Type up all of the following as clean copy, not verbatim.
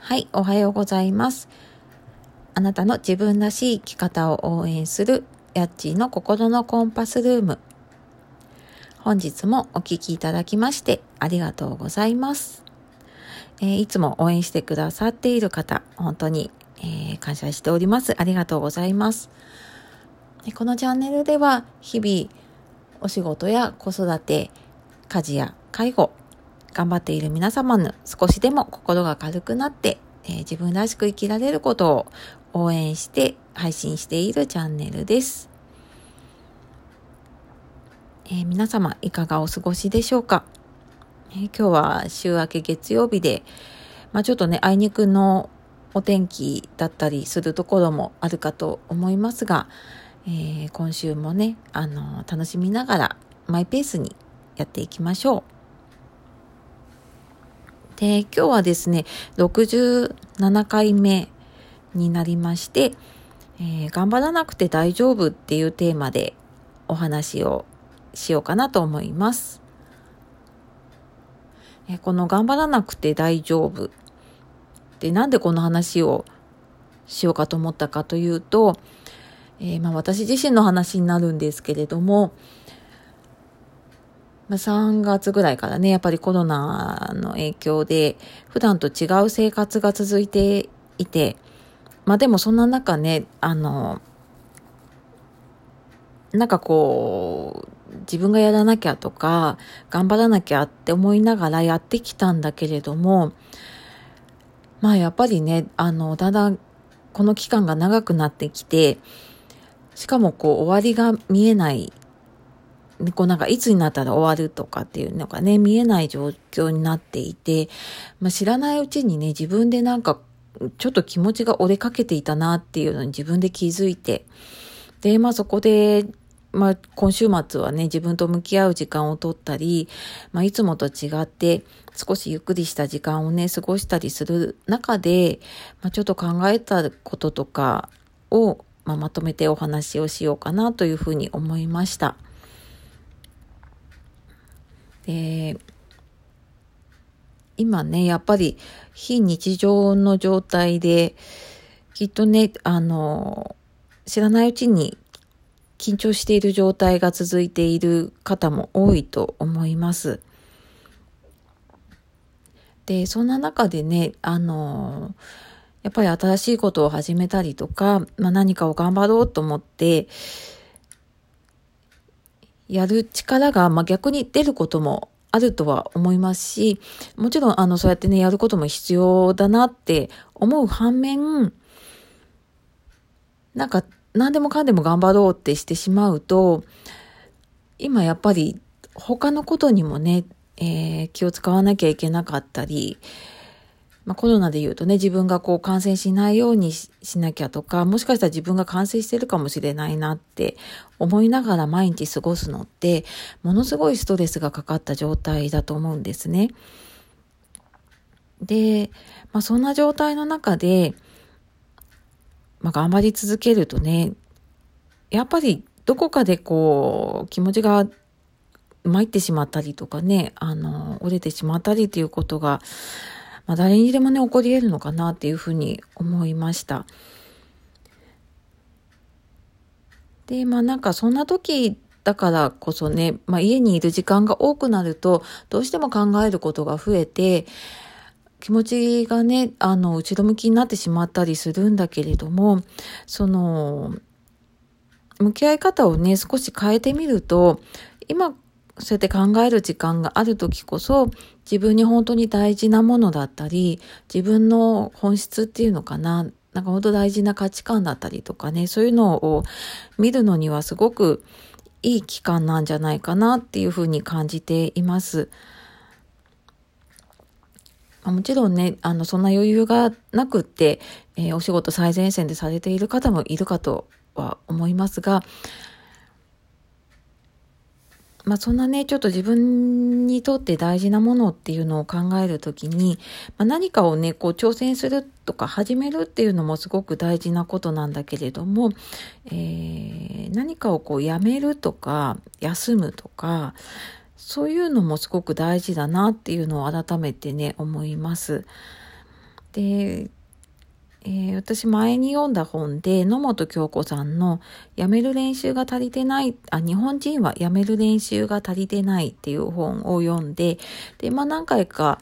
はい、おはようございます。あなたの自分らしい生き方を応援するヤッチーの心のコンパスルーム。本日もお聞きいただきましてありがとうございます。いつも応援してくださっている方、本当に、感謝しております。ありがとうございます。このチャンネルでは日々お仕事や子育て、家事や介護、頑張っている皆様の少しでも心が軽くなって、自分らしく生きられることを応援して配信しているチャンネルです。皆様いかがお過ごしでしょうか。今日は週明け月曜日で、ちょっとねあいにくのお天気だったりするところもあるかと思いますが、今週もね楽しみながらマイペースにやっていきましょう。で、今日はですね、67回目になりまして、頑張らなくて大丈夫っていうテーマでお話をしようかなと思います。この頑張らなくて大丈夫で、なんでこの話をしようかと思ったかというと、私自身の話になるんですけれども、3月ぐらいからね、やっぱりコロナの影響で普段と違う生活が続いていて、でもそんな中ね、自分がやらなきゃとか頑張らなきゃって思いながらやってきたんだけれども、やっぱりねだんだんこの期間が長くなってきて、しかも終わりが見えない、いつになったら終わるとかっていうのがね見えない状況になっていて、知らないうちにね自分でちょっと気持ちが折れかけていたなっていうのに自分で気づいて、でそこで今週末はね自分と向き合う時間を取ったり、いつもと違って少しゆっくりした時間をね過ごしたりする中で、ちょっと考えたこととかを、まとめてお話をしようかなというふうに思いました。で、今ねやっぱり非日常の状態できっとね知らないうちに緊張している状態が続いている方も多いと思います。で、そんな中でね、やっぱり新しいことを始めたりとか、何かを頑張ろうと思ってやる力が、逆に出ることもあるとは思いますし、もちろんそうやってねやることも必要だなって思う反面、何でもかんでも頑張ろうってしてしまうと、今やっぱり他のことにもね、気を使わなきゃいけなかったり、コロナで言うとね自分が感染しないように しなきゃとか、もしかしたら自分が感染してるかもしれないなって思いながら毎日過ごすのってものすごいストレスがかかった状態だと思うんですね。で、そんな状態の中で、頑張り続けるとね、やっぱりどこかで気持ちが参ってしまったりとかね、折れてしまったりということが、誰にでもね起こり得るのかなっていうふうに思いました。で、そんな時だからこそね、家にいる時間が多くなるとどうしても考えることが増えて、気持ちがね後ろ向きになってしまったりするんだけれども、その向き合い方をね少し変えてみると、今そうやって考える時間がある時こそ自分に本当に大事なものだったり、自分の本質っていうのかな、本当大事な価値観だったりとかね、そういうのを見るのにはすごくいい期間なんじゃないかなっていうふうに感じています。もちろんねそんな余裕がなくって、お仕事最前線でされている方もいるかとは思いますが、そんなねちょっと自分にとって大事なものっていうのを考えるときに、何かをね挑戦するとか始めるっていうのもすごく大事なことなんだけれども、何かをやめるとか休むとか、そういうのもすごく大事だなっていうのを改めてね思います。 で、私前に読んだ本で野本京子さんのやめる練習が足りてない、日本人はやめる練習が足りてないっていう本を読んで、で、何回か、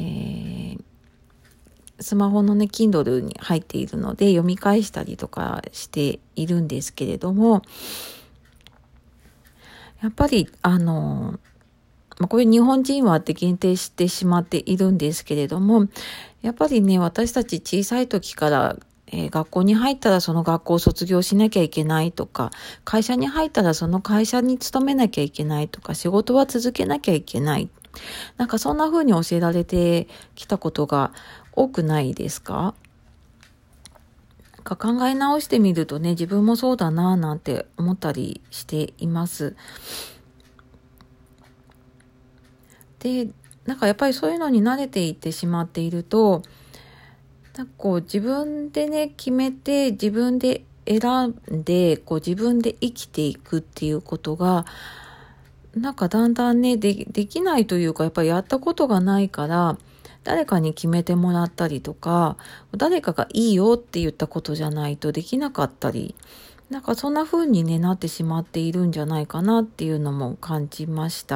スマホのね、Kindle に入っているので読み返したりとかしているんですけれども、やっぱり、これ日本人はって限定してしまっているんですけれども、やっぱりね、私たち小さい時から、学校に入ったらその学校を卒業しなきゃいけないとか、会社に入ったらその会社に勤めなきゃいけないとか、仕事は続けなきゃいけない。なんかそんな風に教えられてきたことが多くないですか？考え直してみるとね、自分もそうだなぁなんて思ったりしています。で、やっぱりそういうのに慣れていってしまっていると、自分でね、決めて、自分で選んで、自分で生きていくっていうことが、だんだんね、できないというか、やっぱりやったことがないから、誰かに決めてもらったりとか、誰かがいいよって言ったことじゃないとできなかったり、そんな風にね、なってしまっているんじゃないかなっていうのも感じました。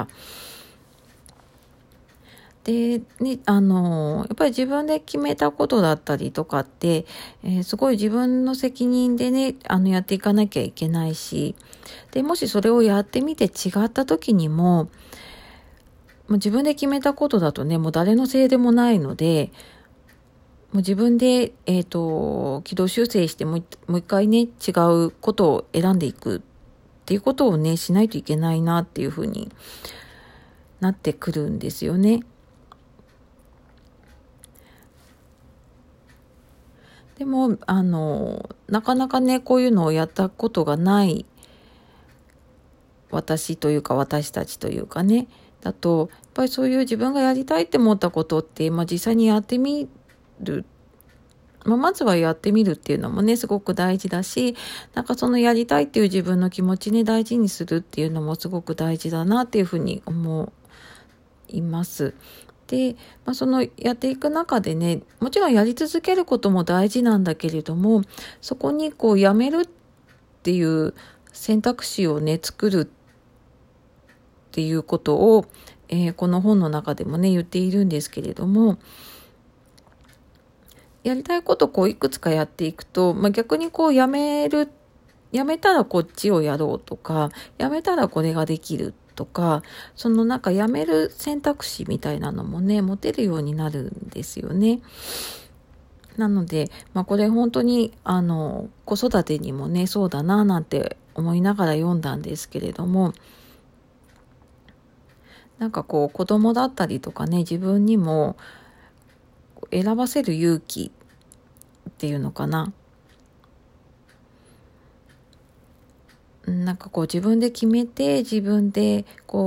で、ね、やっぱり自分で決めたことだったりとかって、すごい自分の責任でね、やっていかなきゃいけないし、で、もしそれをやってみて違った時にもう自分で決めたことだとね、もう誰のせいでもないので、もう自分で、軌道修正してもう一回ね、違うことを選んでいくっていうことをね、しないといけないなっていうふうになってくるんですよね。でも、なかなかね、こういうのをやったことがない私というか私たちというかね、だと、やっぱりそういう自分がやりたいって思ったことって、実際にやってみる。まずはやってみるっていうのもね、すごく大事だし、そのやりたいっていう自分の気持ちね、大事にするっていうのもすごく大事だなっていうふうに思います。で、そのやっていく中でね、もちろんやり続けることも大事なんだけれども、そこにやめるっていう選択肢をね、作るっていうことを、この本の中でもね、言っているんですけれども、やりたいことをいくつかやっていくと、逆にやめたらこっちをやろうとか、やめたらこれができるとか、そのやめる選択肢みたいなのもね、持てるようになるんですよね。なので、これ本当に子育てにもね、そうだななんて思いながら読んだんですけれども、子供だったりとかね、自分にも選ばせる勇気っていうのかな。自分で決めて、自分で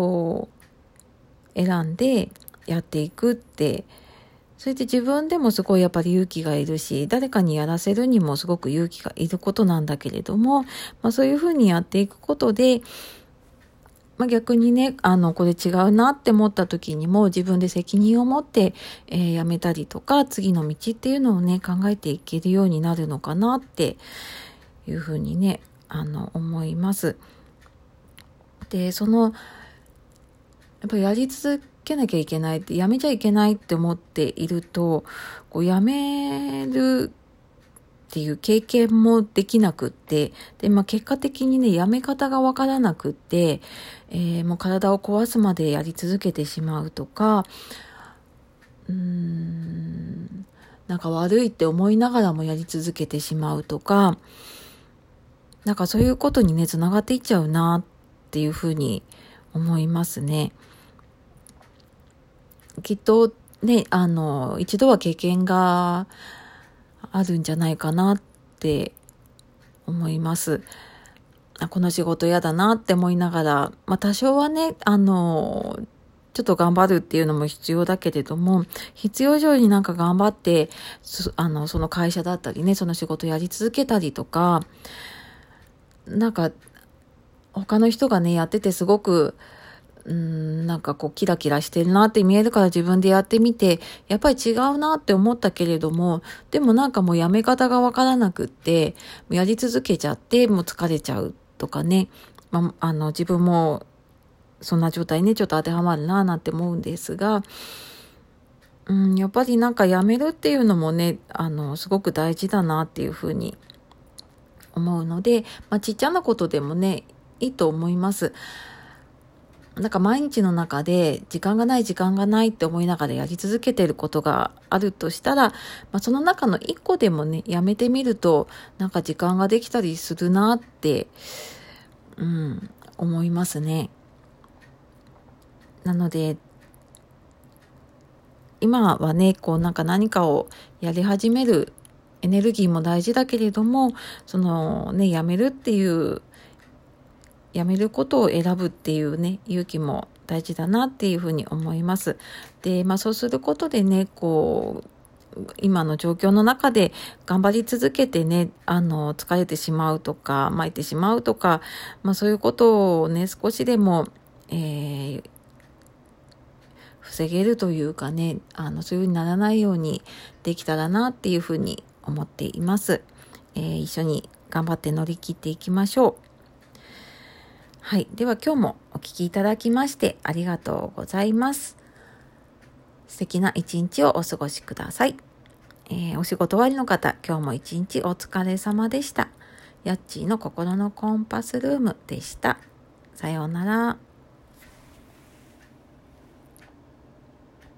選んでやっていくって、それで自分でもすごいやっぱり勇気がいるし、誰かにやらせるにもすごく勇気がいることなんだけれども、そういうふうにやっていくことで、逆にね、これ違うなって思った時にも自分で責任を持って、やめたりとか、次の道っていうのをね、考えていけるようになるのかなっていうふうにね、思います。で、やっぱりやり続けなきゃいけないって、やめちゃいけないって思っていると、やめるっていう経験もできなくって、で、結果的にね、やめ方がわからなくって、もう体を壊すまでやり続けてしまうとか、悪いって思いながらもやり続けてしまうとか、そういうことにね、つながっていっちゃうなっていうふうに思いますね。きっとね、一度は経験があるんじゃないかなって思います。この仕事嫌だなって思いながら、多少はね、ちょっと頑張るっていうのも必要だけれども、必要以上に頑張って、その会社だったりね、その仕事やり続けたりとか、他の人がね、やっててすごく、 なんかこうキラキラしてるなって見えるから自分でやってみて、やっぱり違うなって思ったけれども、でもなんかもうやめ方がわからなくって、やり続けちゃって、もう疲れちゃうとかね、自分もそんな状態ね、ちょっと当てはまるななんて思うんですが、やっぱりなんかやめるっていうのもね、すごく大事だなっていうふうに思うので、ちっちゃなことでもね、いいと思います。なんか毎日の中で時間がないって思いながらやり続けてることがあるとしたら、その中の一個でもね、やめてみると、なんか時間ができたりするなって、思いますね。なので、今はね、こうなんか何かをやり始めるエネルギーも大事だけれども、そのね、やめることを選ぶっていうね、勇気も大事だなっていうふうに思います。で、そうすることでね、こう、今の状況の中で頑張り続けてね、疲れてしまうとか、巻いてしまうとか、そういうことをね、少しでも、防げるというかね、そういう風にならないようにできたらなっていうふうに思っています。一緒に頑張って乗り切っていきましょう。はい。では今日もお聞きいただきましてありがとうございます。素敵な一日をお過ごしください。お仕事終わりの方、今日も一日お疲れ様でした。やっちーの心のコンパスルームでした。さようなら。